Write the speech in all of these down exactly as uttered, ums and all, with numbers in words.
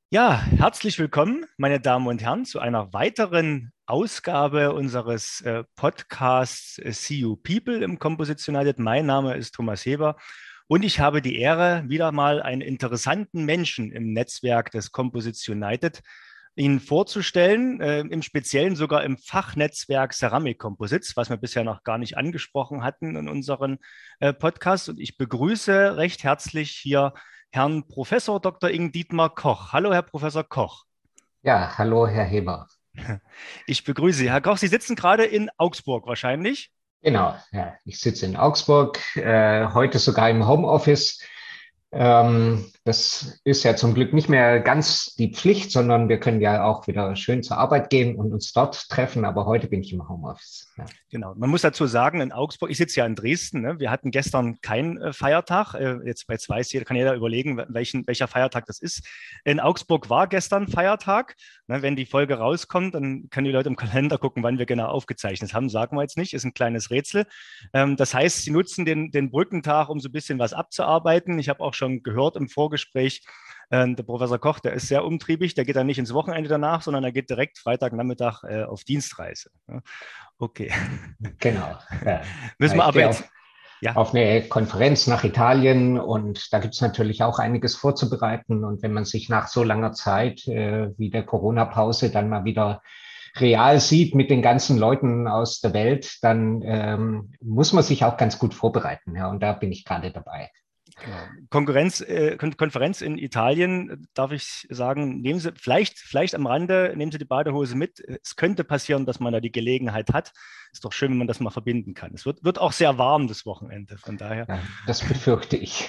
Ja, herzlich willkommen, meine Damen und Herren, zu einer weiteren Ausgabe unseres äh, Podcasts äh, See You People im Composition United. Mein Name ist Thomas Heber und ich habe die Ehre, wieder mal einen interessanten Menschen im Netzwerk des Composition United Ihnen vorzustellen, äh, im Speziellen sogar im Fachnetzwerk Ceramic Composites, was wir bisher noch gar nicht angesprochen hatten in unseren äh, Podcast. Und ich begrüße recht herzlich hier Herrn Professor Doktor Ing Dietmar Koch. Hallo, Herr Professor Koch. Ja, hallo, Herr Heber. Ich begrüße Sie. Herr Koch, Sie sitzen gerade in Augsburg wahrscheinlich. Genau, ja, ich sitze in Augsburg, äh, heute sogar im Homeoffice. Ähm, das ist ja zum Glück nicht mehr ganz die Pflicht, sondern wir können ja auch wieder schön zur Arbeit gehen und uns dort treffen. Aber heute bin ich im Homeoffice. Ja. Genau. Man muss dazu sagen, in Augsburg, ich sitze ja in Dresden, ne? Wir hatten gestern keinen äh, Feiertag. Äh, jetzt bei zwei jeder, kann jeder überlegen, welchen, welcher Feiertag das ist. In Augsburg war gestern Feiertag. Ne? Wenn die Folge rauskommt, dann können die Leute im Kalender gucken, wann wir genau aufgezeichnet haben. Sagen wir jetzt nicht, ist ein kleines Rätsel. Ähm, das heißt, sie nutzen den, den Brückentag, um so ein bisschen was abzuarbeiten. Ich habe auch schon gehört im Vorgespräch, äh, der Professor Koch, der ist sehr umtriebig, der geht dann nicht ins Wochenende danach, sondern er geht direkt Freitagnachmittag äh, auf Dienstreise. Ja? Okay. Genau. Ja. Müssen wir Ich aber gehe jetzt, auf, ja, auf eine Konferenz nach Italien und da gibt es natürlich auch einiges vorzubereiten. Und wenn man sich nach so langer Zeit äh, wie der Corona-Pause dann mal wieder real sieht mit den ganzen Leuten aus der Welt, dann ähm, muss man sich auch ganz gut vorbereiten. Ja, und da bin ich gerade dabei. genau. Konkurrenz, äh, Kon Konferenz in Italien, äh, darf ich sagen, nehmen Sie vielleicht, vielleicht am Rande, nehmen Sie die Badehose mit. Es könnte passieren, dass man da die Gelegenheit hat. Ist doch schön, wenn man das mal verbinden kann. Es wird, wird auch sehr warm das Wochenende, von daher. Ja, das befürchte ich.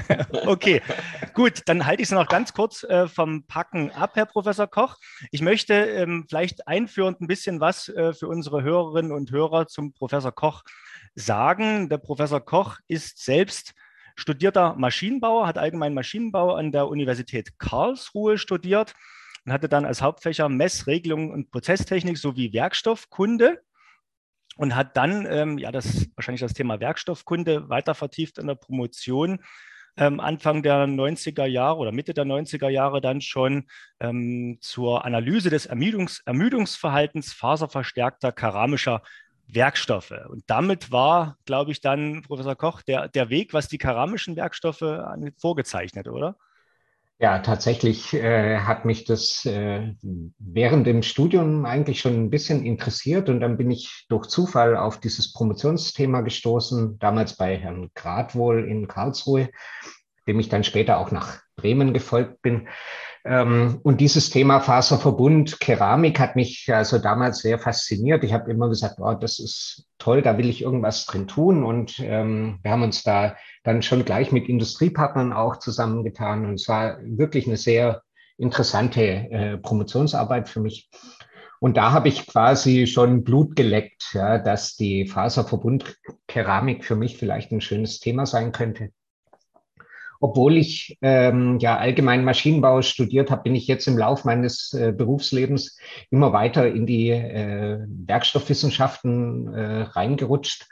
Okay, gut, dann halte ich es noch ganz kurz äh, vom Packen ab, Herr Professor Koch. Ich möchte ähm, vielleicht einführend ein bisschen was äh, für unsere Hörerinnen und Hörer zum Professor Koch sagen. Der Professor Koch ist selbst studierter Maschinenbauer, hat allgemein Maschinenbau an der Universität Karlsruhe studiert und hatte dann als Hauptfächer Messregelung und Prozesstechnik sowie Werkstoffkunde und hat dann ähm, ja das wahrscheinlich das Thema Werkstoffkunde weiter vertieft in der Promotion ähm, Anfang der neunziger Jahre oder Mitte der neunziger Jahre dann schon ähm, zur Analyse des Ermüdungs Ermüdungsverhaltens faserverstärkter keramischer Werkstoffe. Und damit war, glaube ich, dann, Professor Koch, der, der Weg, was die keramischen Werkstoffe angeht, vorgezeichnet, oder? Ja, tatsächlich äh, hat mich das äh, während dem Studium eigentlich schon ein bisschen interessiert und dann bin ich durch Zufall auf dieses Promotionsthema gestoßen, damals bei Herrn Gradwohl in Karlsruhe, dem ich dann später auch nach Bremen gefolgt bin. Ähm, und dieses Thema Faserverbund, Keramik hat mich also damals sehr fasziniert. Ich habe immer gesagt, oh, das ist toll, da will ich irgendwas drin tun. Und ähm, wir haben uns da dann schon gleich mit Industriepartnern auch zusammengetan. Und es war wirklich eine sehr interessante äh, Promotionsarbeit für mich. Und da habe ich quasi schon Blut geleckt, ja, dass die Faserverbundkeramik für mich vielleicht ein schönes Thema sein könnte. Obwohl ich ähm, ja allgemein Maschinenbau studiert habe, bin ich jetzt im Lauf meines äh, Berufslebens immer weiter in die äh, Werkstoffwissenschaften äh, reingerutscht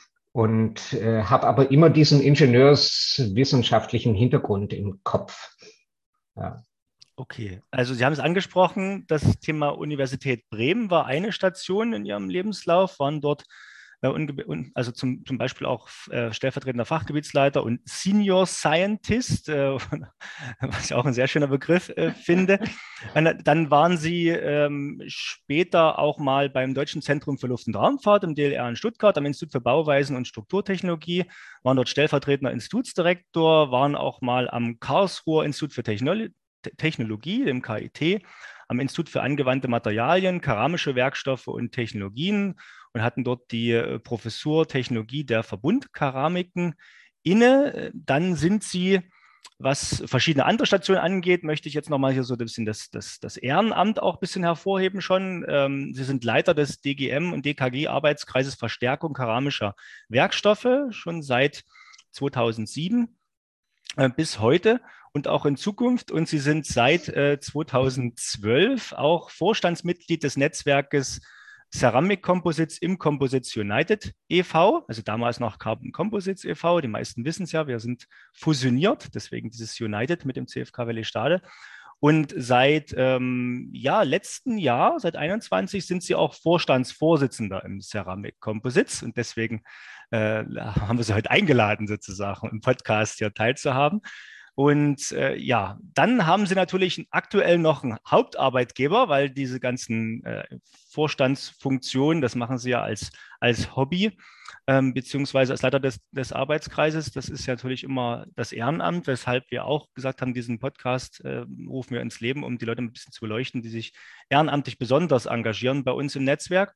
und äh, habe aber immer diesen ingenieurswissenschaftlichen Hintergrund im Kopf. Ja. Okay, also Sie haben es angesprochen, das Thema Universität Bremen war eine Station in Ihrem Lebenslauf, waren dort äh, unge- un- also zum, zum Beispiel auch äh, stellvertretender Fachgebietsleiter und Senior Scientist, äh, was ich auch ein sehr schöner Begriff äh, finde. Und dann waren Sie ähm, später auch mal beim Deutschen Zentrum für Luft- und Raumfahrt im D L R in Stuttgart, am Institut für Bauweisen und Strukturtechnologie, waren dort stellvertretender Institutsdirektor, waren auch mal am Karlsruher Institut für Technologie Technologie, dem K I T, am Institut für angewandte Materialien, keramische Werkstoffe und Technologien und hatten dort die äh, Professur Technologie der Verbundkeramiken inne. Äh, Dann sind sie, was verschiedene andere Stationen angeht, möchte ich jetzt nochmal hier so ein bisschen das, das, das Ehrenamt auch ein bisschen hervorheben schon. Ähm, Sie sind Leiter des D G M und D K G-Arbeitskreises Verstärkung keramischer Werkstoffe schon seit zweitausendsieben äh, bis heute und auch in Zukunft. Und Sie sind seit äh, zweitausendzwölf auch Vorstandsmitglied des Netzwerkes Ceramic Composites im Composites United e V, also damals noch Carbon Composites e V. Die meisten wissen es ja, wir sind fusioniert, deswegen dieses United mit dem C F K Welle Stade. Und seit ähm, ja, letzten Jahr, seit einundzwanzig, sind Sie auch Vorstandsvorsitzender im Ceramic Composites. Und deswegen äh, haben wir Sie heute eingeladen, sozusagen im Podcast hier teilzuhaben. Und äh, ja, dann haben Sie natürlich aktuell noch einen Hauptarbeitgeber, weil diese ganzen äh, Vorstandsfunktionen, das machen Sie ja als, als Hobby, ähm, beziehungsweise als Leiter des, des Arbeitskreises. Das ist ja natürlich immer das Ehrenamt, weshalb wir auch gesagt haben, diesen Podcast äh, rufen wir ins Leben, um die Leute ein bisschen zu beleuchten, die sich ehrenamtlich besonders engagieren bei uns im Netzwerk.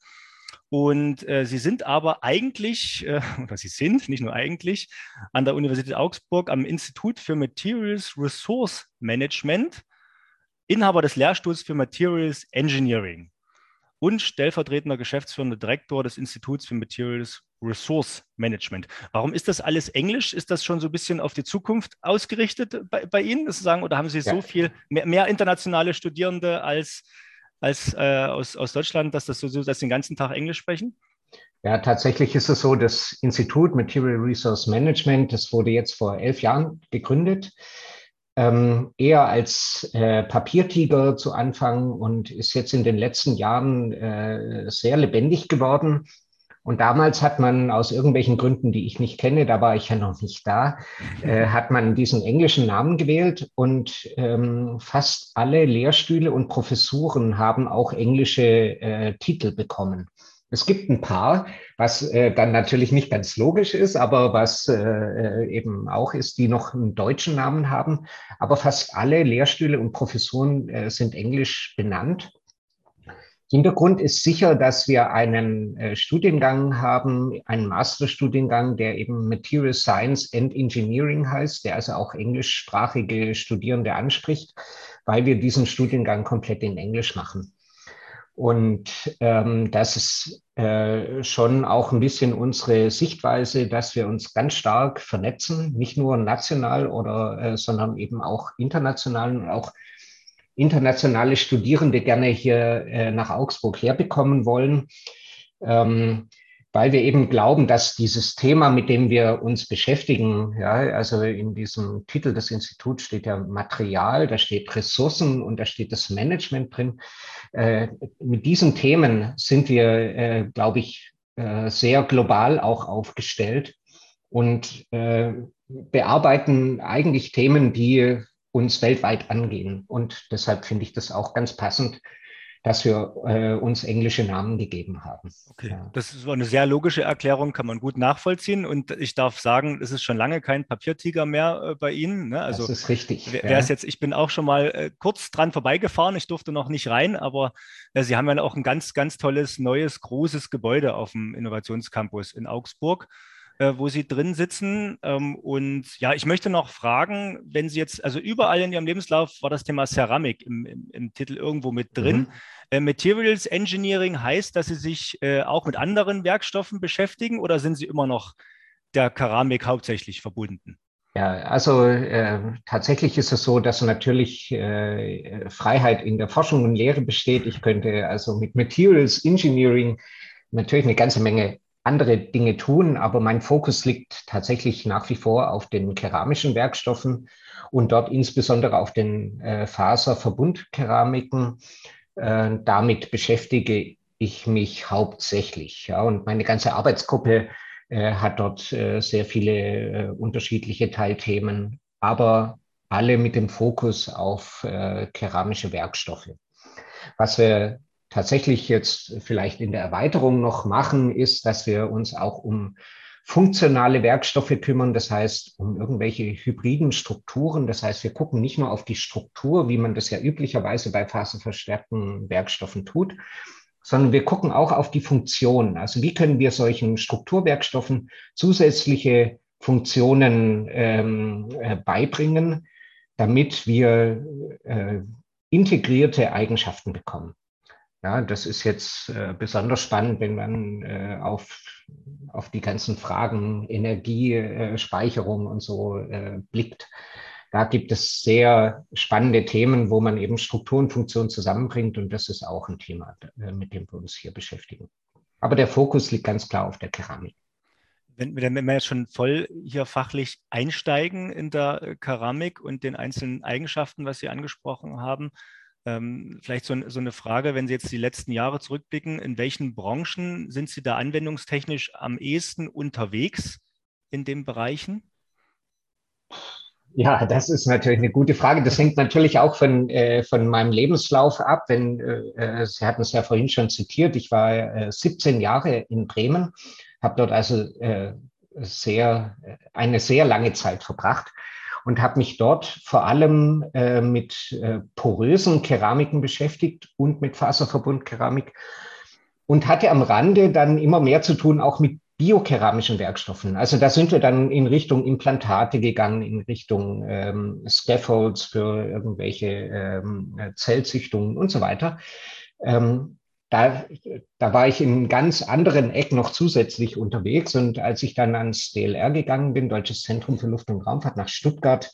Und äh, sie sind aber eigentlich, äh, oder sie sind nicht nur eigentlich, an der Universität Augsburg am Institut für Materials Resource Management, Inhaber des Lehrstuhls für Materials Engineering und stellvertretender geschäftsführender Direktor des Instituts für Materials Resource Management. Warum ist das alles Englisch? Ist das schon so ein bisschen auf die Zukunft ausgerichtet bei, bei Ihnen, sozusagen, oder haben Sie so Ja. viel mehr, mehr internationale Studierende als, als äh, aus, aus Deutschland, dass das so, dass Sie den ganzen Tag Englisch sprechen? Ja, tatsächlich ist es so, das Institut Material Resource Management, das wurde jetzt vor elf Jahren gegründet, ähm, eher als äh, Papiertiger zu Anfang und ist jetzt in den letzten Jahren äh, sehr lebendig geworden. Und damals hat man aus irgendwelchen Gründen, die ich nicht kenne, da war ich ja noch nicht da, äh, hat man diesen englischen Namen gewählt und ähm, fast alle Lehrstühle und Professuren haben auch englische äh, Titel bekommen. Es gibt ein paar, was äh, dann natürlich nicht ganz logisch ist, aber was äh, eben auch ist, die noch einen deutschen Namen haben. Aber fast alle Lehrstühle und Professuren äh, sind englisch benannt. Hintergrund ist sicher, dass wir einen äh, Studiengang haben, einen Masterstudiengang, der eben Material Science and Engineering heißt, der also auch englischsprachige Studierende anspricht, weil wir diesen Studiengang komplett in Englisch machen. Und ähm, das ist äh, schon auch ein bisschen unsere Sichtweise, dass wir uns ganz stark vernetzen, nicht nur national oder, äh, sondern eben auch international und auch internationale Studierende gerne hier äh, nach Augsburg herbekommen wollen, ähm, weil wir eben glauben, dass dieses Thema, mit dem wir uns beschäftigen, ja, also in diesem Titel des Instituts steht ja Material, da steht Ressourcen und da steht das Management drin. Äh, mit diesen Themen sind wir, äh, glaube ich, äh, sehr global auch aufgestellt und äh, bearbeiten eigentlich Themen, die uns weltweit angehen. Und deshalb finde ich das auch ganz passend, dass wir äh, uns englische Namen gegeben haben. Okay, Ja. das ist eine sehr logische Erklärung, kann man gut nachvollziehen. Und ich darf sagen, es ist schon lange kein Papiertiger mehr äh, bei Ihnen. Ne? Das Also ist richtig. wer es Ja. jetzt, ich bin auch schon mal äh, kurz dran vorbeigefahren, ich durfte noch nicht rein, aber äh, Sie haben ja auch ein ganz, ganz tolles, neues, großes Gebäude auf dem Innovationscampus in Augsburg, äh, wo Sie drin sitzen. Ähm, und ja, ich möchte noch fragen, wenn Sie jetzt, also überall in Ihrem Lebenslauf war das Thema Ceramik im, im, im Titel irgendwo mit drin. Mhm. Äh, Materials Engineering heißt, dass Sie sich äh, auch mit anderen Werkstoffen beschäftigen oder sind Sie immer noch der Keramik hauptsächlich verbunden? Ja, also äh, tatsächlich ist es so, dass natürlich äh, Freiheit in der Forschung und Lehre besteht. Ich könnte also mit Materials Engineering natürlich eine ganze Menge andere Dinge tun, aber mein Fokus liegt tatsächlich nach wie vor auf den keramischen Werkstoffen und dort insbesondere auf den äh, Faserverbundkeramiken. Äh, damit beschäftige ich mich hauptsächlich. Ja, und meine ganze Arbeitsgruppe äh, hat dort äh, sehr viele äh, unterschiedliche Teilthemen, aber alle mit dem Fokus auf äh, keramische Werkstoffe. Was wir tatsächlich jetzt vielleicht in der Erweiterung noch machen, ist, dass wir uns auch um funktionale Werkstoffe kümmern, das heißt um irgendwelche hybriden Strukturen. Das heißt, wir gucken nicht nur auf die Struktur, wie man das ja üblicherweise bei faserverstärkten Werkstoffen tut, sondern wir gucken auch auf die Funktion. Also wie können wir solchen Strukturwerkstoffen zusätzliche Funktionen ähm, äh, beibringen, damit wir äh, integrierte Eigenschaften bekommen. Ja, das ist jetzt äh, besonders spannend, wenn man äh, auf, auf die ganzen Fragen Energie, äh, Speicherung und so äh, blickt. Da gibt es sehr spannende Themen, wo man eben Struktur und Funktion zusammenbringt. Und das ist auch ein Thema, äh, mit dem wir uns hier beschäftigen. Aber der Fokus liegt ganz klar auf der Keramik. Wenn, wenn wir jetzt schon voll hier fachlich einsteigen in der äh, Keramik und den einzelnen Eigenschaften, was Sie angesprochen haben, ähm, vielleicht so, so eine Frage, wenn Sie jetzt die letzten Jahre zurückblicken, in welchen Branchen sind Sie da anwendungstechnisch am ehesten unterwegs in den Bereichen? Ja, das ist natürlich eine gute Frage. Das hängt natürlich auch von, äh, von meinem Lebenslauf ab. Wenn, äh, Sie hatten es ja vorhin schon zitiert, ich war äh, siebzehn Jahre in Bremen, habe dort also äh, sehr, eine sehr lange Zeit verbracht und habe mich dort vor allem äh, mit äh, porösen Keramiken beschäftigt und mit Faserverbundkeramik und hatte am Rande dann immer mehr zu tun, auch mit biokeramischen Werkstoffen. Also da sind wir dann in Richtung Implantate gegangen, in Richtung ähm, Scaffolds für irgendwelche ähm, Zellzüchtungen und so weiter. Ähm, da, da war ich in ganz anderen Ecken noch zusätzlich unterwegs. Und als ich dann ans D L R gegangen bin, Deutsches Zentrum für Luft- und Raumfahrt nach Stuttgart,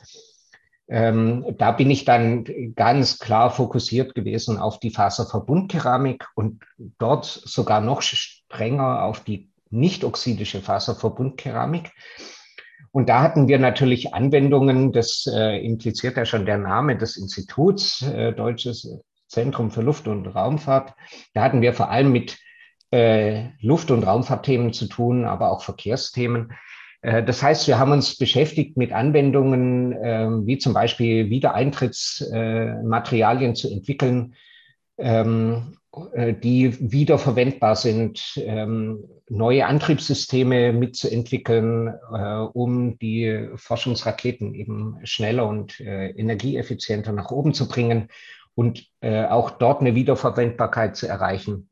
ähm, da bin ich dann ganz klar fokussiert gewesen auf die Faserverbundkeramik und dort sogar noch strenger auf die nicht-oxidische Faserverbundkeramik. Und da hatten wir natürlich Anwendungen, das äh, impliziert ja schon der Name des Instituts, äh, Deutsches Zentrum für Luft- und Raumfahrt. Da hatten wir vor allem mit äh, Luft- und Raumfahrtthemen zu tun, aber auch Verkehrsthemen. Äh, das heißt, wir haben uns beschäftigt mit Anwendungen, äh, wie zum Beispiel Wiedereintrittsmaterialien äh, zu entwickeln, ähm, äh, die wiederverwendbar sind, ähm, neue Antriebssysteme mitzuentwickeln, äh, um die Forschungsraketen eben schneller und äh, energieeffizienter nach oben zu bringen und äh, auch dort eine Wiederverwendbarkeit zu erreichen.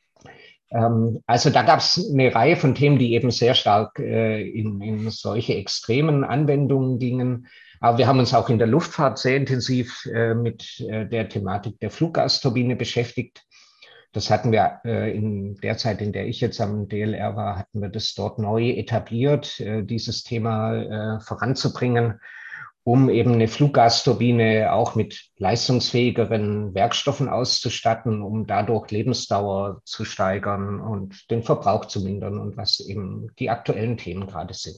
Ähm, also da gab es eine Reihe von Themen, die eben sehr stark äh, in, in solche extremen Anwendungen gingen. Aber wir haben uns auch in der Luftfahrt sehr intensiv äh, mit äh, der Thematik der Fluggastturbine beschäftigt. Das hatten wir äh, in der Zeit, in der ich jetzt am D L R war, hatten wir das dort neu etabliert, äh, dieses Thema äh, voranzubringen, um eben eine Fluggastturbine auch mit leistungsfähigeren Werkstoffen auszustatten, um dadurch Lebensdauer zu steigern und den Verbrauch zu mindern und was eben die aktuellen Themen gerade sind.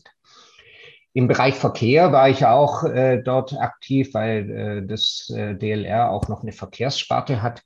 Im Bereich Verkehr war ich auch äh, dort aktiv, weil äh, das äh, D L R auch noch eine Verkehrssparte hat.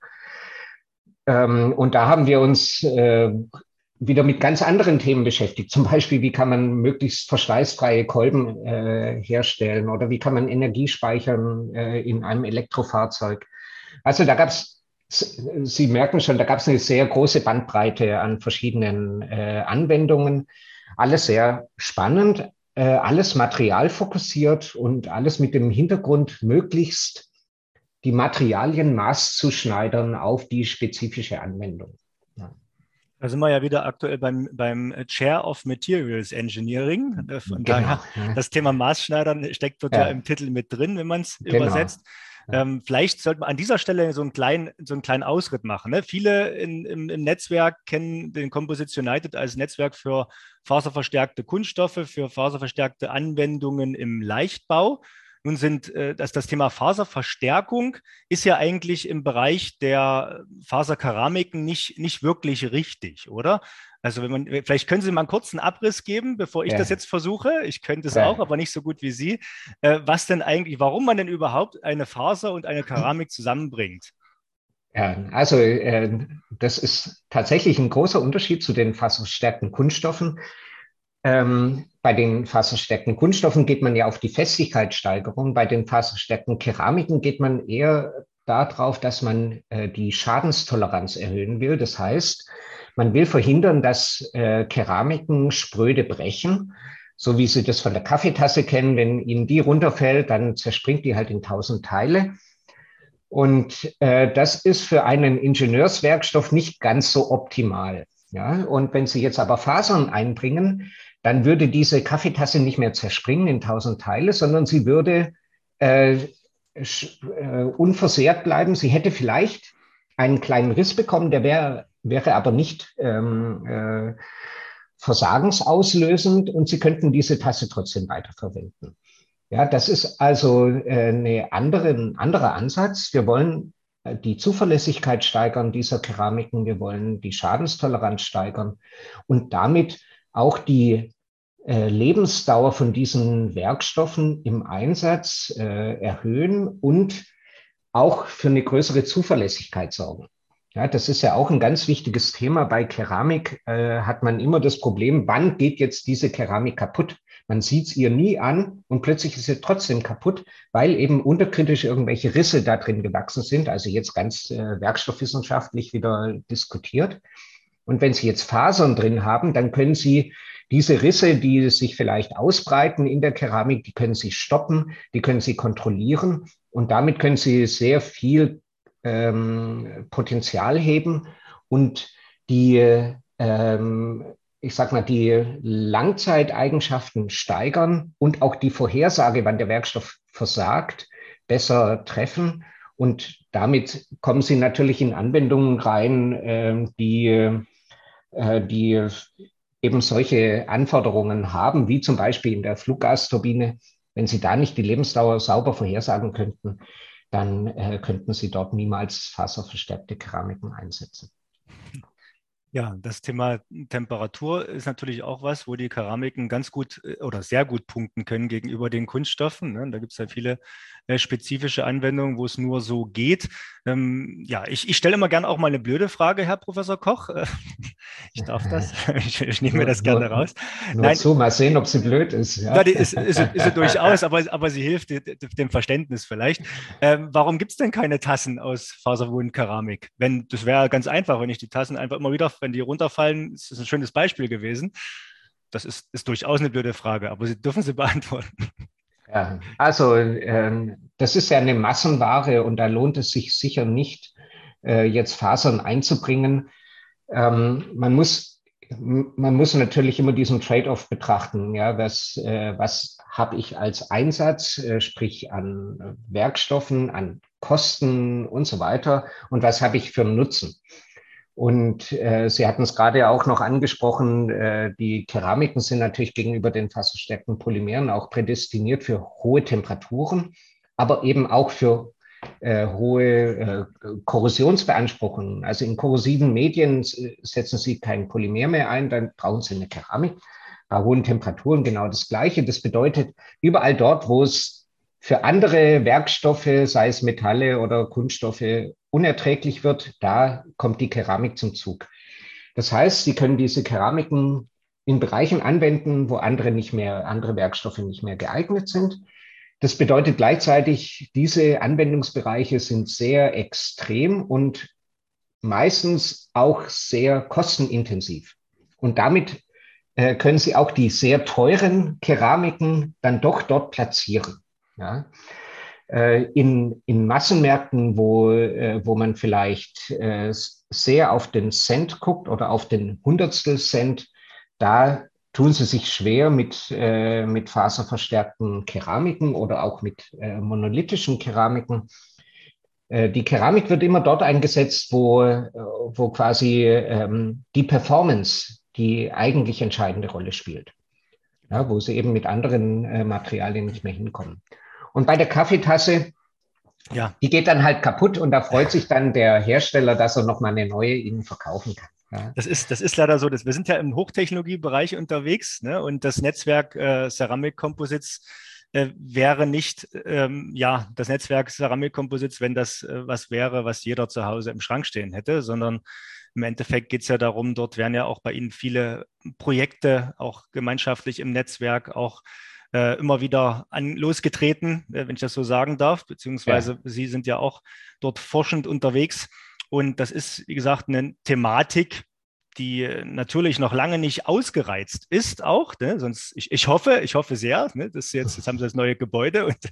Ähm, und da haben wir uns äh, wieder mit ganz anderen Themen beschäftigt. Zum Beispiel, wie kann man möglichst verschleißfreie Kolben äh, herstellen oder wie kann man Energie speichern äh, in einem Elektrofahrzeug. Also da gab es, Sie merken schon, da gab es eine sehr große Bandbreite an verschiedenen äh, Anwendungen. Alles sehr spannend, äh, alles materialfokussiert und alles mit dem Hintergrund, möglichst die Materialien maßzuschneidern auf die spezifische Anwendung. Ja. Da sind wir ja wieder aktuell beim, beim Chair of Materials Engineering. Äh, Von Genau. daher, das Thema Maßschneidern steckt dort ja Ja, im Titel mit drin, wenn man es genau. übersetzt. Ja. Ähm, vielleicht sollte man an dieser Stelle so einen kleinen, so einen kleinen Ausritt machen. Ne? Viele in, im, im Netzwerk kennen den Composite United als Netzwerk für faserverstärkte Kunststoffe, für faserverstärkte Anwendungen im Leichtbau. Nun sind äh, das, das Thema Faserverstärkung ist ja eigentlich im Bereich der Faserkeramiken nicht, nicht wirklich richtig, oder? Also wenn man, vielleicht können Sie mal einen kurzen Abriss geben, bevor ich das Ja. jetzt versuche. Ich könnte es auch, Ja. aber nicht so gut wie Sie. Äh, was denn eigentlich, warum man denn überhaupt eine Faser und eine Keramik zusammenbringt? Ja, also äh, das ist tatsächlich ein großer Unterschied zu den faserverstärkten Kunststoffen. Ähm, bei den faserverstärkten Kunststoffen geht man ja auf die Festigkeitssteigerung. Bei den faserverstärkten Keramiken geht man eher darauf, dass man äh, die Schadenstoleranz erhöhen will. Das heißt, man will verhindern, dass äh, Keramiken spröde brechen, so wie Sie das von der Kaffeetasse kennen. Wenn Ihnen die runterfällt, dann zerspringt die halt in tausend Teile. Und äh, das ist für einen Ingenieurswerkstoff nicht ganz so optimal. Ja? Und wenn Sie jetzt aber Fasern einbringen, dann würde diese Kaffeetasse nicht mehr zerspringen in tausend Teile, sondern sie würde äh, äh, unversehrt bleiben. Sie hätte vielleicht einen kleinen Riss bekommen, der wär, wäre aber nicht ähm, äh, versagensauslösend und Sie könnten diese Tasse trotzdem weiterverwenden. Ja, das ist also äh, eine andere, ein anderer Ansatz. Wir wollen äh, die Zuverlässigkeit steigern dieser Keramiken. Wir wollen die Schadenstoleranz steigern und damit auch die äh, Lebensdauer von diesen Werkstoffen im Einsatz äh, erhöhen und auch für eine größere Zuverlässigkeit sorgen. Ja, das ist ja auch ein ganz wichtiges Thema. Bei Keramik äh, hat man immer das Problem, wann geht jetzt diese Keramik kaputt? Man sieht es ihr nie an und plötzlich ist sie trotzdem kaputt, weil eben unterkritisch irgendwelche Risse da drin gewachsen sind. Also jetzt ganz äh, werkstoffwissenschaftlich wieder diskutiert. Und wenn Sie jetzt Fasern drin haben, dann können Sie diese Risse, die sich vielleicht ausbreiten in der Keramik, die können Sie stoppen, die können Sie kontrollieren und damit können Sie sehr viel ähm, Potenzial heben und die, ähm, ich sag mal, die Langzeiteigenschaften steigern und auch die Vorhersage, wann der Werkstoff versagt, besser treffen. Und damit kommen Sie natürlich in Anwendungen rein, äh, die äh, die eben solche Anforderungen haben, wie zum Beispiel in der Flugggasturbine. Wenn Sie da nicht die Lebensdauer sauber vorhersagen könnten, dann äh, könnten Sie dort niemals faserverstärkte Keramiken einsetzen. Ja, das Thema Temperatur ist natürlich auch was, wo die Keramiken ganz gut äh, oder sehr gut punkten können gegenüber den Kunststoffen. Ne? Da gibt es ja viele äh, spezifische Anwendungen, wo es nur so geht. Ähm, ja, ich, ich stelle immer gerne auch mal eine blöde Frage, Herr Professor Koch. Äh, ich darf das. Ich, ich nehme mir Nur, das gerne nur, raus. nur Nein, zu, mal sehen, ob sie blöd ist. na, Ja. die ist, ist, ist sie durchaus, aber, aber sie hilft dem Verständnis vielleicht. Ähm, warum gibt es denn keine Tassen aus Faserboden-Keramik? Wenn, das wäre ganz einfach, wenn ich die Tassen einfach immer wieder, wenn die runterfallen, ist das ein schönes Beispiel gewesen. Das ist, ist durchaus eine blöde Frage, aber Sie dürfen sie beantworten. Ja, also ähm, das ist ja eine Massenware und da lohnt es sich sicher nicht, äh, jetzt Fasern einzubringen. Ähm, man muss, man muss natürlich immer diesen Trade-off betrachten. Ja, was, äh, was habe ich als Einsatz, äh, sprich an Werkstoffen, an Kosten und so weiter, und was habe ich für einen Nutzen? Und äh, Sie hatten es gerade auch noch angesprochen, äh, die Keramiken sind natürlich gegenüber den faserstärkten Polymeren auch prädestiniert für hohe Temperaturen, aber eben auch für äh, hohe äh, Korrosionsbeanspruchungen. Also in korrosiven Medien setzen Sie kein Polymer mehr ein, dann brauchen Sie eine Keramik. Bei hohen Temperaturen genau das Gleiche. Das bedeutet, überall dort, wo es für andere Werkstoffe, sei es Metalle oder Kunststoffe, unerträglich wird, da kommt die Keramik zum Zug. Das heißt, Sie können diese Keramiken in Bereichen anwenden, wo andere nicht mehr, andere Werkstoffe nicht mehr geeignet sind. Das bedeutet gleichzeitig, diese Anwendungsbereiche sind sehr extrem und meistens auch sehr kostenintensiv. Und damit äh, können Sie auch die sehr teuren Keramiken dann doch dort platzieren. Ja? Äh, in, in Massenmärkten, wo, äh, wo man vielleicht äh, sehr auf den Cent guckt oder auf den Hundertstel Cent, da tun sie sich schwer mit, äh, mit faserverstärkten Keramiken oder auch mit äh, monolithischen Keramiken. Äh, die Keramik wird immer dort eingesetzt, wo, äh, wo quasi ähm, die Performance die eigentlich entscheidende Rolle spielt, ja, wo sie eben mit anderen äh, Materialien nicht mehr hinkommen. Und bei der Kaffeetasse, Ja, die geht dann halt kaputt und da freut sich dann der Hersteller, dass er nochmal eine neue Ihnen verkaufen kann. Ja. das ist, das ist leider so, dass wir sind ja im Hochtechnologiebereich unterwegs, ne? Und das Netzwerk äh, Ceramic Composites äh, wäre nicht ähm, ja, das Netzwerk Ceramic Composites, wenn das äh, was wäre, was jeder zu Hause im Schrank stehen hätte, sondern im Endeffekt geht es ja darum, dort werden ja auch bei Ihnen viele Projekte, auch gemeinschaftlich im Netzwerk, auch äh, immer wieder an, losgetreten, äh, wenn ich das so sagen darf, beziehungsweise Ja. Sie sind ja auch dort forschend unterwegs. Und das ist, wie gesagt, eine Thematik, die natürlich noch lange nicht ausgereizt ist, auch. Ne? Sonst, ich, ich hoffe, ich hoffe sehr, ne? dass jetzt, jetzt haben sie das neue Gebäude und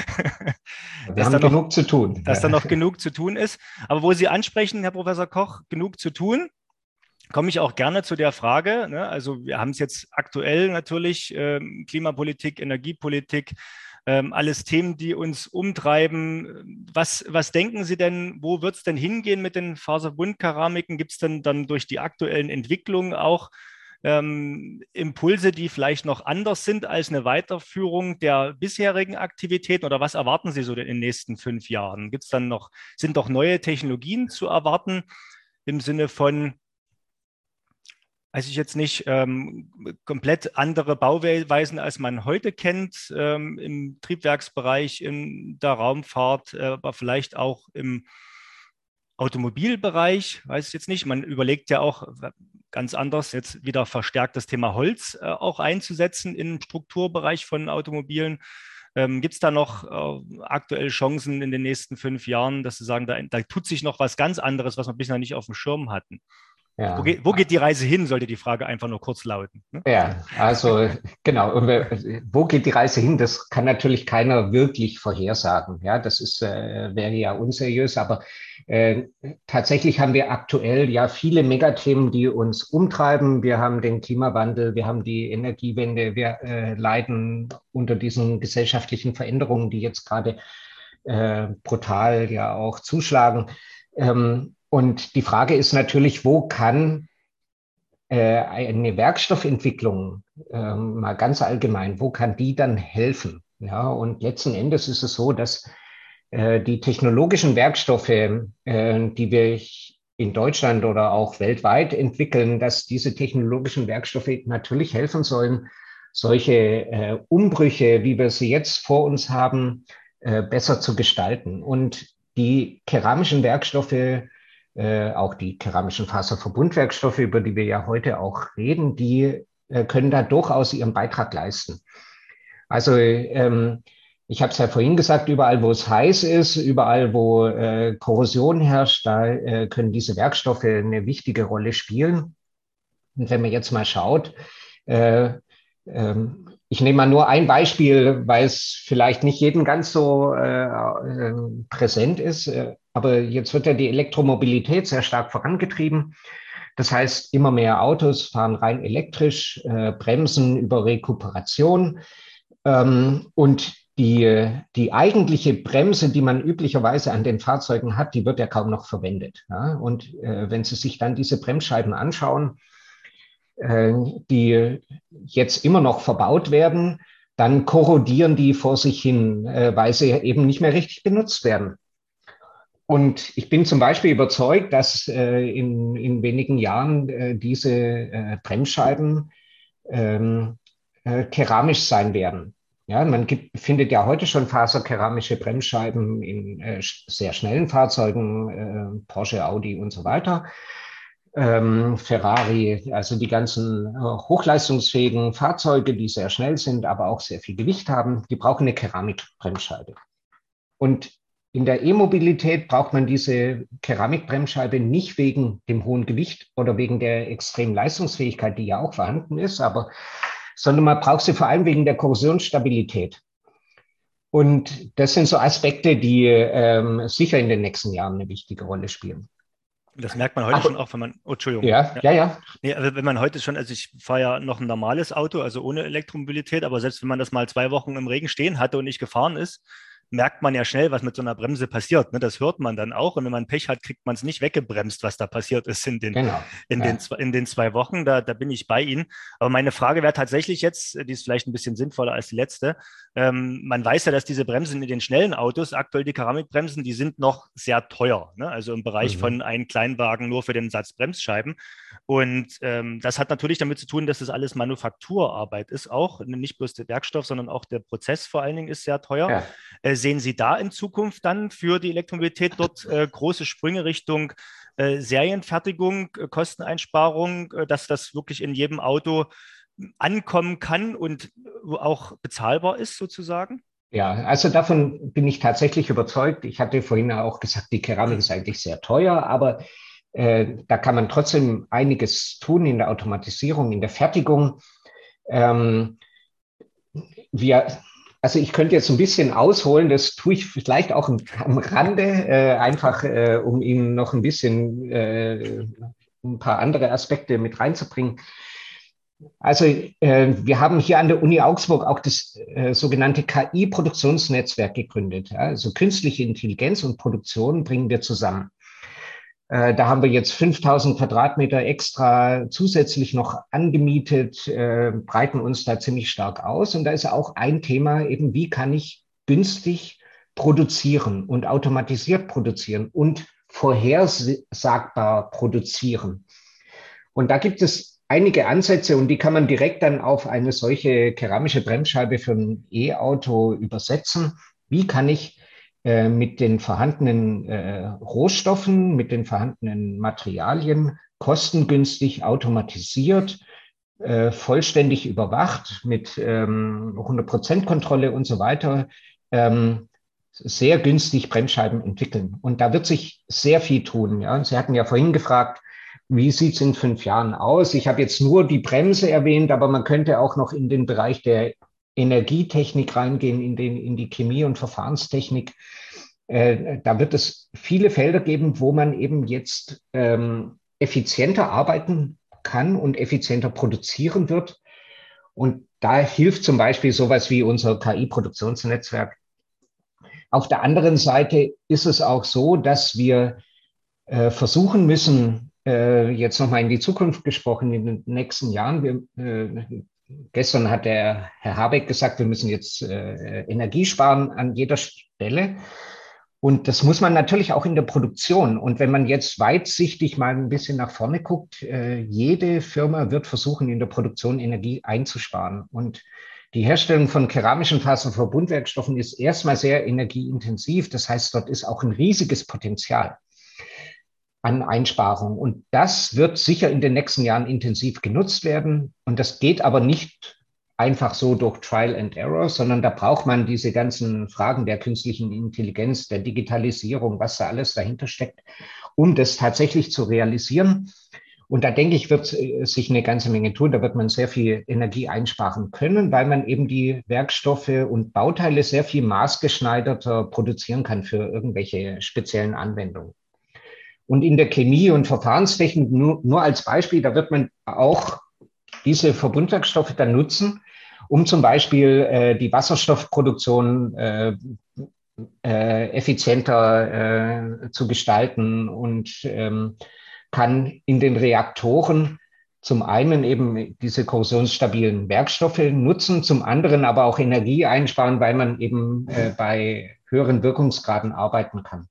Wir dass da haben noch, genug zu tun. dass da Ja. noch genug zu tun ist. Aber wo Sie ansprechen, Herr Professor Koch, genug zu tun, komme ich auch gerne zu der Frage. Ne? Also wir haben es jetzt aktuell natürlich, ähm, Klimapolitik, Energiepolitik, ähm, alles Themen, die uns umtreiben. Was, was denken Sie denn, wo wird es denn hingehen mit den Faserbundkeramiken? Gibt es denn dann durch die aktuellen Entwicklungen auch ähm, Impulse, die vielleicht noch anders sind als eine Weiterführung der bisherigen Aktivitäten? Oder was erwarten Sie so in den nächsten fünf Jahren? Gibt es dann noch, sind doch neue Technologien zu erwarten im Sinne von weiß ich jetzt nicht, ähm, komplett andere Bauweisen, als man heute kennt, ähm, im Triebwerksbereich, in der Raumfahrt, äh, aber vielleicht auch im Automobilbereich, weiß ich jetzt nicht. Man überlegt ja auch äh, ganz anders, jetzt wieder verstärkt das Thema Holz äh, auch einzusetzen im Strukturbereich von Automobilen. Ähm, Gibt es da noch äh, aktuell Chancen in den nächsten fünf Jahren, dass Sie sagen, da, da tut sich noch was ganz anderes, was wir bisher nicht auf dem Schirm hatten? Wo Ja, geht, wo geht die Reise hin, sollte die Frage einfach nur kurz lauten. Ne? ja, also genau. Und wir, wo geht die Reise hin? Das kann natürlich keiner wirklich vorhersagen. Ja, das ist, äh, wäre ja unseriös. Aber äh, tatsächlich haben wir aktuell ja viele Megathemen, die uns umtreiben. Wir haben den Klimawandel, wir haben die Energiewende, wir äh, leiden unter diesen gesellschaftlichen Veränderungen, die jetzt gerade äh, brutal ja auch zuschlagen. Ähm, und die Frage ist natürlich, wo kann äh, eine Werkstoffentwicklung, ähm, mal ganz allgemein, wo kann die dann helfen? Ja, und letzten Endes ist es so, dass äh, die technologischen Werkstoffe, äh, die wir in Deutschland oder auch weltweit entwickeln, dass diese technologischen Werkstoffe natürlich helfen sollen, solche äh, Umbrüche, wie wir sie jetzt vor uns haben, äh, besser zu gestalten. Und die keramischen Werkstoffe, äh, auch die keramischen Faserverbundwerkstoffe, über die wir ja heute auch reden, die äh, können da durchaus ihren Beitrag leisten. Also ähm, ich habe es ja vorhin gesagt, überall, wo es heiß ist, überall, wo äh, Korrosion herrscht, da äh, können diese Werkstoffe eine wichtige Rolle spielen. Und wenn man jetzt mal schaut, äh, ähm, ich nehme mal nur ein Beispiel, weil es vielleicht nicht jedem ganz so äh, äh, präsent ist, äh, aber jetzt wird ja die Elektromobilität sehr stark vorangetrieben. Das heißt, immer mehr Autos fahren rein elektrisch, äh, bremsen über Rekuperation. Ähm, und die, die eigentliche Bremse, die man üblicherweise an den Fahrzeugen hat, die wird ja kaum noch verwendet. Ja? Und äh, wenn Sie sich dann diese Bremsscheiben anschauen, äh, die jetzt immer noch verbaut werden, dann korrodieren die vor sich hin, äh, weil sie eben nicht mehr richtig benutzt werden. Und ich bin zum Beispiel überzeugt, dass äh, in, in wenigen Jahren äh, diese äh, Bremsscheiben ähm, äh, keramisch sein werden. Ja, man gibt, findet ja heute schon faserkeramische Bremsscheiben in äh, sehr schnellen Fahrzeugen, äh, Porsche, Audi und so weiter. Ähm, Ferrari, also die ganzen äh, hochleistungsfähigen Fahrzeuge, die sehr schnell sind, aber auch sehr viel Gewicht haben, die brauchen eine Keramikbremsscheibe. Und in der E-Mobilität braucht man diese Keramikbremsscheibe nicht wegen dem hohen Gewicht oder wegen der extremen Leistungsfähigkeit, die ja auch vorhanden ist, aber, sondern man braucht sie vor allem wegen der Korrosionsstabilität. Und das sind so Aspekte, die ähm, sicher in den nächsten Jahren eine wichtige Rolle spielen. Das merkt man heute Aber, schon auch, wenn man, oh, Entschuldigung. ja, ja, ja. Nee, also wenn man heute schon, also ich fahre ja noch ein normales Auto, also ohne Elektromobilität, aber selbst wenn man das mal zwei Wochen im Regen stehen hatte und nicht gefahren ist, merkt man ja schnell, was mit so einer Bremse passiert. Ne? Das hört man dann auch. Und wenn man Pech hat, kriegt man es nicht weggebremst, was da passiert ist in den, Genau. in den, Ja. in den zwei Wochen. Da, da bin ich bei Ihnen. Aber meine Frage wäre tatsächlich jetzt, die ist vielleicht ein bisschen sinnvoller als die letzte. Ähm, man weiß ja, dass diese Bremsen in den schnellen Autos, aktuell die Keramikbremsen, die sind noch sehr teuer. Ne? Also im Bereich Mhm. von einem Kleinwagen nur für den Satz Bremsscheiben. Und ähm, das hat natürlich damit zu tun, dass das alles Manufakturarbeit ist, auch nicht bloß der Werkstoff, sondern auch der Prozess vor allen Dingen ist sehr teuer. Ja. Äh, sehen Sie da in Zukunft dann für die Elektromobilität dort äh, große Sprünge Richtung äh, Serienfertigung, äh, Kosteneinsparung, äh, dass das wirklich in jedem Auto ankommen kann und auch bezahlbar ist sozusagen? Ja, also davon bin ich tatsächlich überzeugt. Ich hatte vorhin auch gesagt, die Keramik ist eigentlich sehr teuer, aber äh, da kann man trotzdem einiges tun in der Automatisierung, in der Fertigung. Ähm, wir, also ich könnte jetzt ein bisschen ausholen, das tue ich vielleicht auch am, am Rande, äh, einfach äh, um Ihnen noch ein bisschen äh, ein paar andere Aspekte mit reinzubringen. Also äh, wir haben hier an der Uni Augsburg auch das äh, sogenannte K I-Produktionsnetzwerk gegründet. Ja? Also künstliche Intelligenz und Produktion bringen wir zusammen. Äh, da haben wir jetzt fünftausend Quadratmeter extra zusätzlich noch angemietet, äh, breiten uns da ziemlich stark aus. Und da ist auch ein Thema eben, wie kann ich günstig produzieren und automatisiert produzieren und vorhersagbar produzieren. Und da gibt es einige Ansätze und die kann man direkt dann auf eine solche keramische Bremsscheibe für ein E-Auto übersetzen. Wie kann ich äh, mit den vorhandenen äh, Rohstoffen, mit den vorhandenen Materialien kostengünstig automatisiert, äh, vollständig überwacht mit ähm, hundert Prozent Kontrolle und so weiter, ähm, sehr günstig Bremsscheiben entwickeln. Und da wird sich sehr viel tun. Ja? Sie hatten ja vorhin gefragt, wie sieht es in fünf Jahren aus? Ich habe jetzt nur die Bremse erwähnt, aber man könnte auch noch in den Bereich der Energietechnik reingehen, in, den, in die Chemie- und Verfahrenstechnik. Äh, da wird es viele Felder geben, wo man eben jetzt ähm, effizienter arbeiten kann und effizienter produzieren wird. Und da hilft zum Beispiel sowas wie unser K I-Produktionsnetzwerk. Auf der anderen Seite ist es auch so, dass wir äh, versuchen müssen, äh, jetzt nochmal in die Zukunft gesprochen, in den nächsten Jahren, wir, äh, gestern hat der Herr Habeck gesagt, wir müssen jetzt äh, Energie sparen an jeder Stelle. Und das muss man natürlich auch in der Produktion. Und wenn man jetzt weitsichtig mal ein bisschen nach vorne guckt, äh, jede Firma wird versuchen, in der Produktion Energie einzusparen. Und die Herstellung von keramischen Faserverbundwerkstoffen ist erstmal sehr energieintensiv. Das heißt, dort ist auch ein riesiges Potenzial an Einsparungen. Und das wird sicher in den nächsten Jahren intensiv genutzt werden. Und das geht aber nicht einfach so durch Trial and Error, sondern da braucht man diese ganzen Fragen der künstlichen Intelligenz, der Digitalisierung, was da alles dahinter steckt, um das tatsächlich zu realisieren. Und da denke ich, wird sich eine ganze Menge tun. Da wird man sehr viel Energie einsparen können, weil man eben die Werkstoffe und Bauteile sehr viel maßgeschneiderter produzieren kann für irgendwelche speziellen Anwendungen. Und in der Chemie- und Verfahrenstechnik, nur, nur als Beispiel, da wird man auch diese Verbundwerkstoffe dann nutzen, um zum Beispiel äh, die Wasserstoffproduktion äh, äh, effizienter äh, zu gestalten und ähm, kann in den Reaktoren zum einen eben diese korrosionsstabilen Werkstoffe nutzen, zum anderen aber auch Energie einsparen, weil man eben äh, bei höheren Wirkungsgraden arbeiten kann.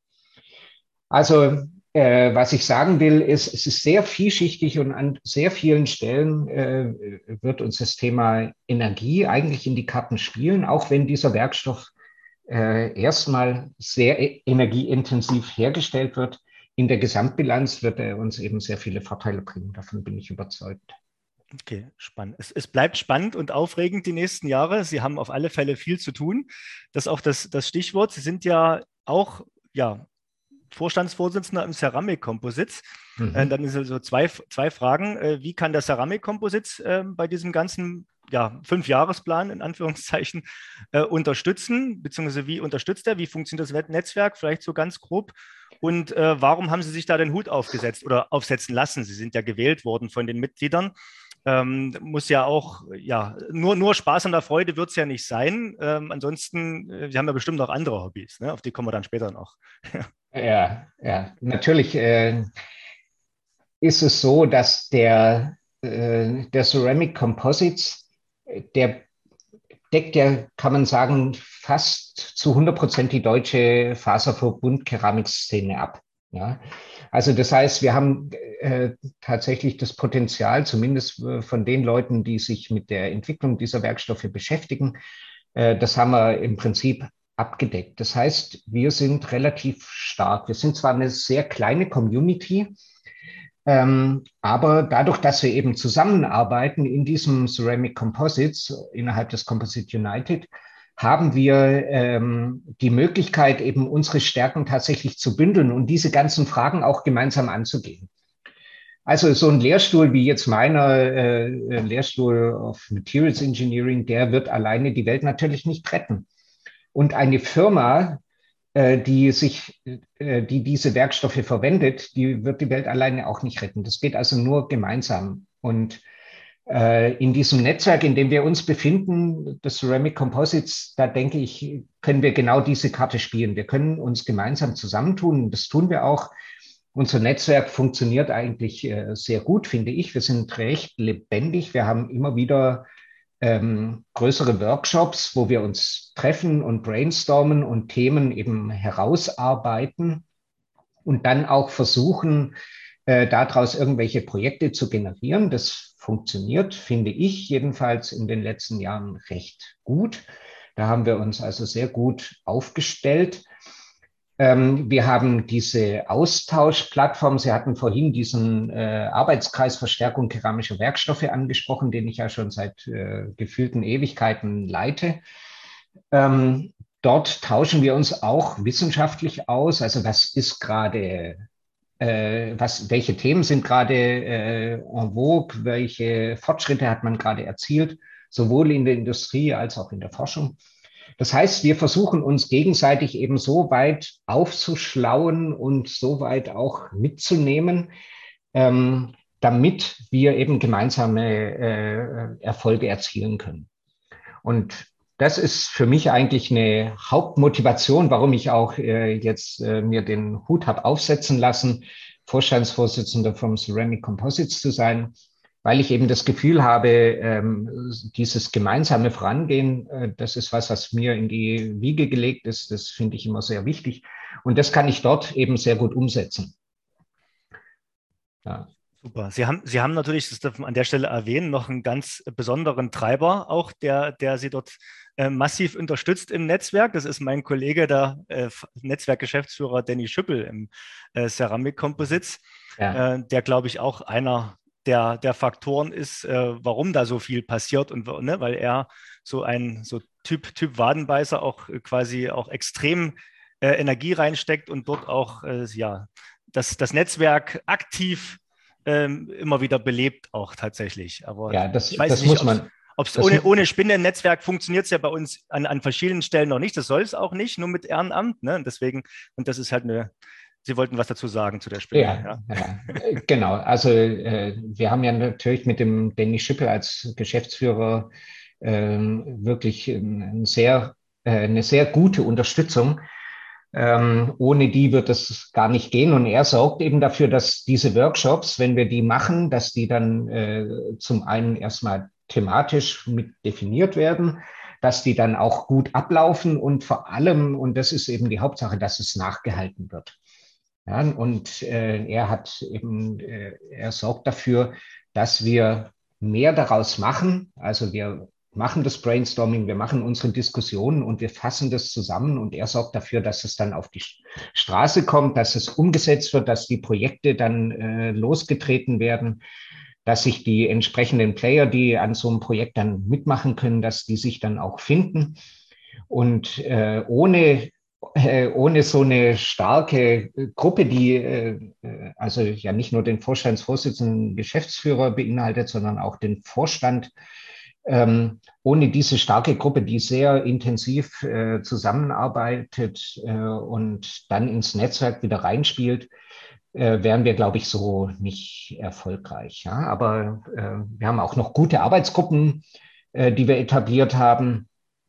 Also äh, was ich sagen will, ist, es ist sehr vielschichtig und an sehr vielen Stellen äh, wird uns das Thema Energie eigentlich in die Karten spielen, auch wenn dieser Werkstoff äh, erstmal sehr e- energieintensiv hergestellt wird. In der Gesamtbilanz wird er uns eben sehr viele Vorteile bringen. Davon bin ich überzeugt. Okay, spannend. Es, es bleibt spannend und aufregend die nächsten Jahre. Sie haben auf alle Fälle viel zu tun. Das ist auch das, das Stichwort. Sie sind ja auch ja, Vorstandsvorsitzender im Ceramik-Composites. Äh, Mhm. dann sind so zwei, zwei Fragen. Äh, wie kann der Ceramik-Composites äh, bei diesem ganzen ja, Fünfjahresplan in Anführungszeichen äh, unterstützen? Beziehungsweise wie unterstützt er? Wie funktioniert das Netzwerk? Vielleicht so ganz grob. Und äh, warum haben Sie sich da den Hut aufgesetzt oder aufsetzen lassen? Sie sind ja gewählt worden von den Mitgliedern. Ähm, muss ja auch, ja, nur, nur Spaß an der Freude wird es ja nicht sein. Ähm, ansonsten, äh, wir haben ja bestimmt noch andere Hobbys, ne? Auf die kommen wir dann später noch. Ja, ja, natürlich äh, ist es so, dass der, äh, der Ceramic Composites, äh, der deckt ja, kann man sagen, fast zu hundert Prozent die deutsche Faserverbund-Keramikszene ab. Ja? Also das heißt, wir haben äh, tatsächlich das Potenzial, zumindest äh, von den Leuten, die sich mit der Entwicklung dieser Werkstoffe beschäftigen, äh, das haben wir im Prinzip abgedeckt. Das heißt, wir sind relativ stark. Wir sind zwar eine sehr kleine Community, ähm, aber dadurch, dass wir eben zusammenarbeiten in diesem Ceramic Composites innerhalb des Composite United, haben wir ähm, die Möglichkeit, eben unsere Stärken tatsächlich zu bündeln und diese ganzen Fragen auch gemeinsam anzugehen. Also so ein Lehrstuhl wie jetzt meiner, äh, Lehrstuhl of Materials Engineering, der wird alleine die Welt natürlich nicht retten. Und eine Firma, äh, die sich, äh, die diese Werkstoffe verwendet, die wird die Welt alleine auch nicht retten. Das geht also nur gemeinsam. Und äh, in diesem Netzwerk, in dem wir uns befinden, das Ceramic Composites, da denke ich, können wir genau diese Karte spielen. Wir können uns gemeinsam zusammentun. Das tun wir auch. Unser Netzwerk funktioniert eigentlich äh, sehr gut, finde ich. Wir sind recht lebendig. Wir haben immer wieder ähm, größere Workshops, wo wir uns treffen und brainstormen und Themen eben herausarbeiten und dann auch versuchen, äh, daraus irgendwelche Projekte zu generieren. Das funktioniert, finde ich, jedenfalls in den letzten Jahren recht gut. Da haben wir uns also sehr gut aufgestellt. Ähm, wir haben diese Austauschplattform. Sie hatten vorhin diesen äh, Arbeitskreis Verstärkung keramischer Werkstoffe angesprochen, den ich ja schon seit äh, gefühlten Ewigkeiten leite. Ähm, dort tauschen wir uns auch wissenschaftlich aus. Also was ist gerade, äh, was, welche Themen sind gerade äh, en vogue, welche Fortschritte hat man gerade erzielt, sowohl in der Industrie als auch in der Forschung. Das heißt, wir versuchen uns gegenseitig eben so weit aufzuschlauen und so weit auch mitzunehmen, ähm, damit wir eben gemeinsame äh, Erfolge erzielen können. Und das ist für mich eigentlich eine Hauptmotivation, warum ich auch äh, jetzt äh, mir den Hut habe aufsetzen lassen, Vorstandsvorsitzender vom Ceramic Composites zu sein, weil ich eben das Gefühl habe, ähm, dieses gemeinsame Vorangehen, äh, das ist was, was mir in die Wiege gelegt ist. Das finde ich immer sehr wichtig. Und das kann ich dort eben sehr gut umsetzen. Ja. Super. Sie haben, Sie haben natürlich, das darf man an der Stelle erwähnen, noch einen ganz besonderen Treiber auch, der, der Sie dort äh, massiv unterstützt im Netzwerk. Das ist mein Kollege, der äh, Netzwerkgeschäftsführer Danny Schüppel im äh, Ceramic Composites, ja. äh, der, glaube ich, auch einer der, der Faktoren ist, äh, warum da so viel passiert und ne, weil er so ein so Typ, Typ Wadenbeißer auch äh, quasi auch extrem äh, Energie reinsteckt und dort auch äh, ja, das, das Netzwerk aktiv ähm, immer wieder belebt auch tatsächlich. Aber ja, das, ich weiß das nicht, muss man. ob es ohne, ohne Spinnennetzwerk funktioniert es ja bei uns an, an verschiedenen Stellen noch nicht. Das soll es auch nicht, nur mit Ehrenamt. Ne? Und deswegen, und das ist halt eine, Sie wollten was dazu sagen zu der Spinne. Ja, ja. ja genau. Also äh, wir haben ja natürlich mit dem Danny Schüppel als Geschäftsführer äh, wirklich ein sehr, äh, eine sehr gute Unterstützung. Ähm, ohne die wird es gar nicht gehen. Und er sorgt eben dafür, dass diese Workshops, wenn wir die machen, dass die dann äh, zum einen erstmal thematisch mit definiert werden, dass die dann auch gut ablaufen und vor allem, und das ist eben die Hauptsache, dass es nachgehalten wird. Ja, und äh, er hat eben, äh, er sorgt dafür, dass wir mehr daraus machen. Also wir machen das Brainstorming, wir machen unsere Diskussionen und wir fassen das zusammen und er sorgt dafür, dass es dann auf die Straße kommt, dass es umgesetzt wird, dass die Projekte dann äh, losgetreten werden, dass sich die entsprechenden Player, die an so einem Projekt dann mitmachen können, dass die sich dann auch finden. Und äh, ohne äh, ohne so eine starke Gruppe, die äh, also ja nicht nur den Vorstandsvorsitzenden, Geschäftsführer beinhaltet, sondern auch den Vorstand, ähm, ohne diese starke Gruppe, die sehr intensiv äh, zusammenarbeitet äh, und dann ins Netzwerk wieder reinspielt, äh, wären wir, glaube ich, so nicht erfolgreich. Ja? Aber äh, wir haben auch noch gute Arbeitsgruppen, äh, die wir etabliert haben,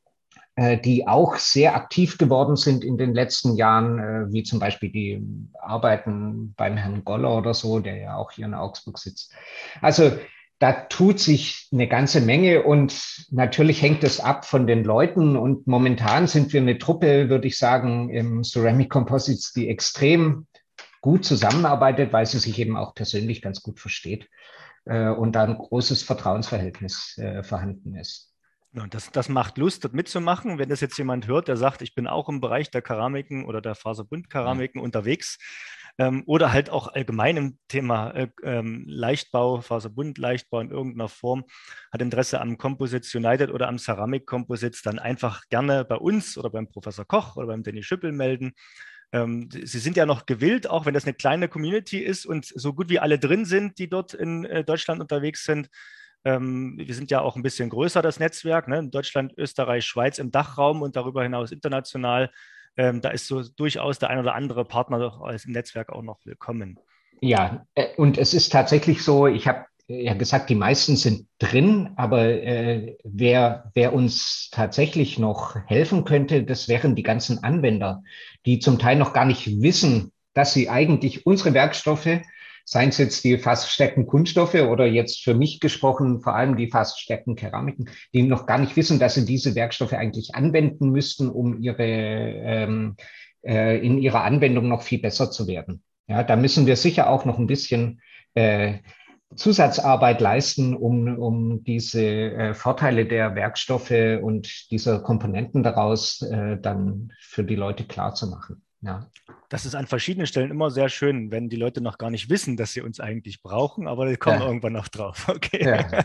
äh, die auch sehr aktiv geworden sind in den letzten Jahren, äh, wie zum Beispiel die Arbeiten beim Herrn Goller oder so, der ja auch hier in Augsburg sitzt. Also da tut sich eine ganze Menge und natürlich hängt es ab von den Leuten und momentan sind wir eine Truppe, würde ich sagen, im Ceramic Composites, die extrem gut zusammenarbeitet, weil sie sich eben auch persönlich ganz gut versteht äh, und da ein großes Vertrauensverhältnis äh, vorhanden ist. Ja, das, das macht Lust, dort mitzumachen. Wenn das jetzt jemand hört, der sagt, ich bin auch im Bereich der Keramiken oder der Faserbundkeramiken ja. unterwegs, ähm, oder halt auch allgemein im Thema äh, ähm, Leichtbau, Faserbund, Leichtbau in irgendeiner Form, hat Interesse am Composites United oder am Ceramic Composites, dann einfach gerne bei uns oder beim Professor Koch oder beim Danny Schüppel melden. Ähm, Sie sind ja noch gewillt, auch wenn das eine kleine Community ist und so gut wie alle drin sind, die dort in äh, Deutschland unterwegs sind. Ähm, wir sind ja auch ein bisschen größer, das Netzwerk, ne? In Deutschland, Österreich, Schweiz im Dachraum und darüber hinaus international. Ähm, da ist so durchaus der ein oder andere Partner im Netzwerk auch noch willkommen. Ja, und es ist tatsächlich so, ich habe ja gesagt, die meisten sind drin, aber äh, wer, wer uns tatsächlich noch helfen könnte, das wären die ganzen Anwender, die zum Teil noch gar nicht wissen, dass sie eigentlich unsere Werkstoffe, seien es jetzt die faststärken Kunststoffe oder jetzt für mich gesprochen, vor allem die faststärken Keramiken, die noch gar nicht wissen, dass sie diese Werkstoffe eigentlich anwenden müssten, um ihre, ähm, äh, in ihrer Anwendung noch viel besser zu werden. Ja, da müssen wir sicher auch noch ein bisschen äh, Zusatzarbeit leisten, um, um diese äh, Vorteile der Werkstoffe und dieser Komponenten daraus äh, dann für die Leute klar zu machen. Ja. Das ist an verschiedenen Stellen immer sehr schön, wenn die Leute noch gar nicht wissen, dass sie uns eigentlich brauchen, aber die kommen Ja, irgendwann noch drauf. Okay. ja,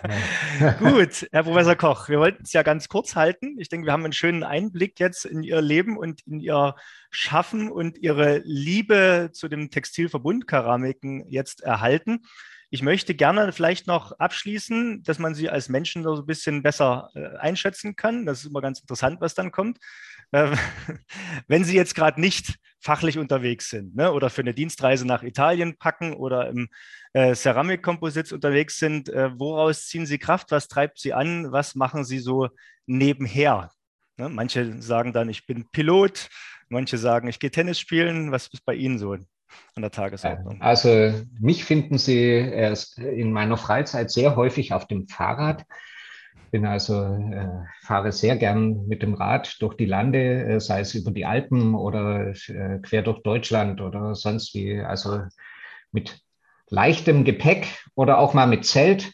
ja. Gut, Herr Professor Koch, wir wollten es ja ganz kurz halten. Ich denke, wir haben einen schönen Einblick jetzt in Ihr Leben und in Ihr Schaffen und Ihre Liebe zu den Textilverbundkeramiken jetzt erhalten. Ich möchte gerne vielleicht noch abschließen, dass man Sie als Menschen so ein bisschen besser äh, einschätzen kann. Das ist immer ganz interessant, was dann kommt. Äh, wenn Sie jetzt gerade nicht fachlich unterwegs sind, ne, oder für eine Dienstreise nach Italien packen oder im äh, Ceramik-Composites unterwegs sind, äh, woraus ziehen Sie Kraft? Was treibt Sie an? Was machen Sie so nebenher? Ne, manche sagen dann, ich bin Pilot, manche sagen, ich gehe Tennis spielen. Was ist bei Ihnen so an der Tagesordnung? Also mich finden Sie erst in meiner Freizeit sehr häufig auf dem Fahrrad. Bin also, äh, fahre sehr gern mit dem Rad durch die Lande, äh, sei es über die Alpen oder äh, quer durch Deutschland oder sonst wie. Also mit leichtem Gepäck oder auch mal mit Zelt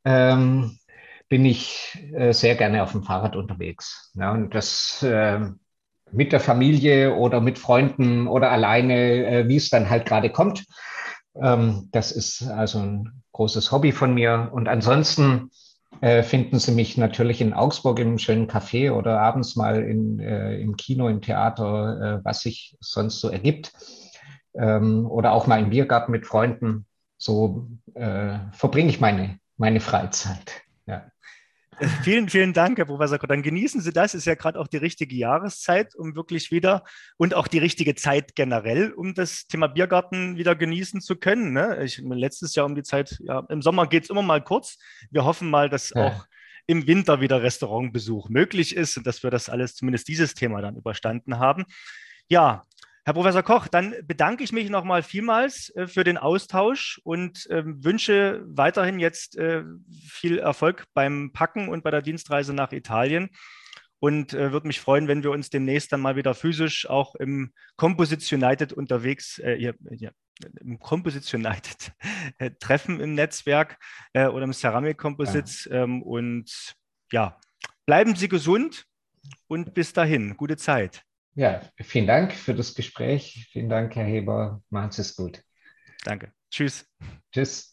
ähm, bin ich äh, sehr gerne auf dem Fahrrad unterwegs. Ja, und das äh, mit der Familie oder mit Freunden oder alleine, äh, wie es dann halt gerade kommt. Ähm, das ist also ein großes Hobby von mir. Und ansonsten äh, finden Sie mich natürlich in Augsburg im schönen Café oder abends mal in, äh, im Kino, im Theater, äh, was sich sonst so ergibt. Ähm, oder auch mal im Biergarten mit Freunden. So äh, verbringe ich meine, meine Freizeit. Ja. Äh, Vielen, vielen Dank, Herr Professor Koch. Dann genießen Sie das. Ist ja gerade auch die richtige Jahreszeit, um wirklich wieder und auch die richtige Zeit generell, um das Thema Biergarten wieder genießen zu können. Ne? Ich, letztes Jahr um die Zeit, ja, im Sommer geht es immer mal kurz. Wir hoffen mal, dass Ja. auch im Winter wieder Restaurantbesuch möglich ist und dass wir das alles, zumindest dieses Thema dann überstanden haben. Ja, Herr Professor Koch, dann bedanke ich mich nochmal vielmals äh, für den Austausch und ähm, wünsche weiterhin jetzt äh, viel Erfolg beim Packen und bei der Dienstreise nach Italien und äh, würde mich freuen, wenn wir uns demnächst dann mal wieder physisch auch im Composites United unterwegs, äh, hier, hier, im Composites United äh, treffen im Netzwerk äh, oder im Ceramic Ja. Composites. Ähm, und ja, bleiben Sie gesund und bis dahin, gute Zeit. Ja, vielen Dank für das Gespräch. Vielen Dank, Herr Heber. Machen Sie es gut. Danke. Tschüss. Tschüss.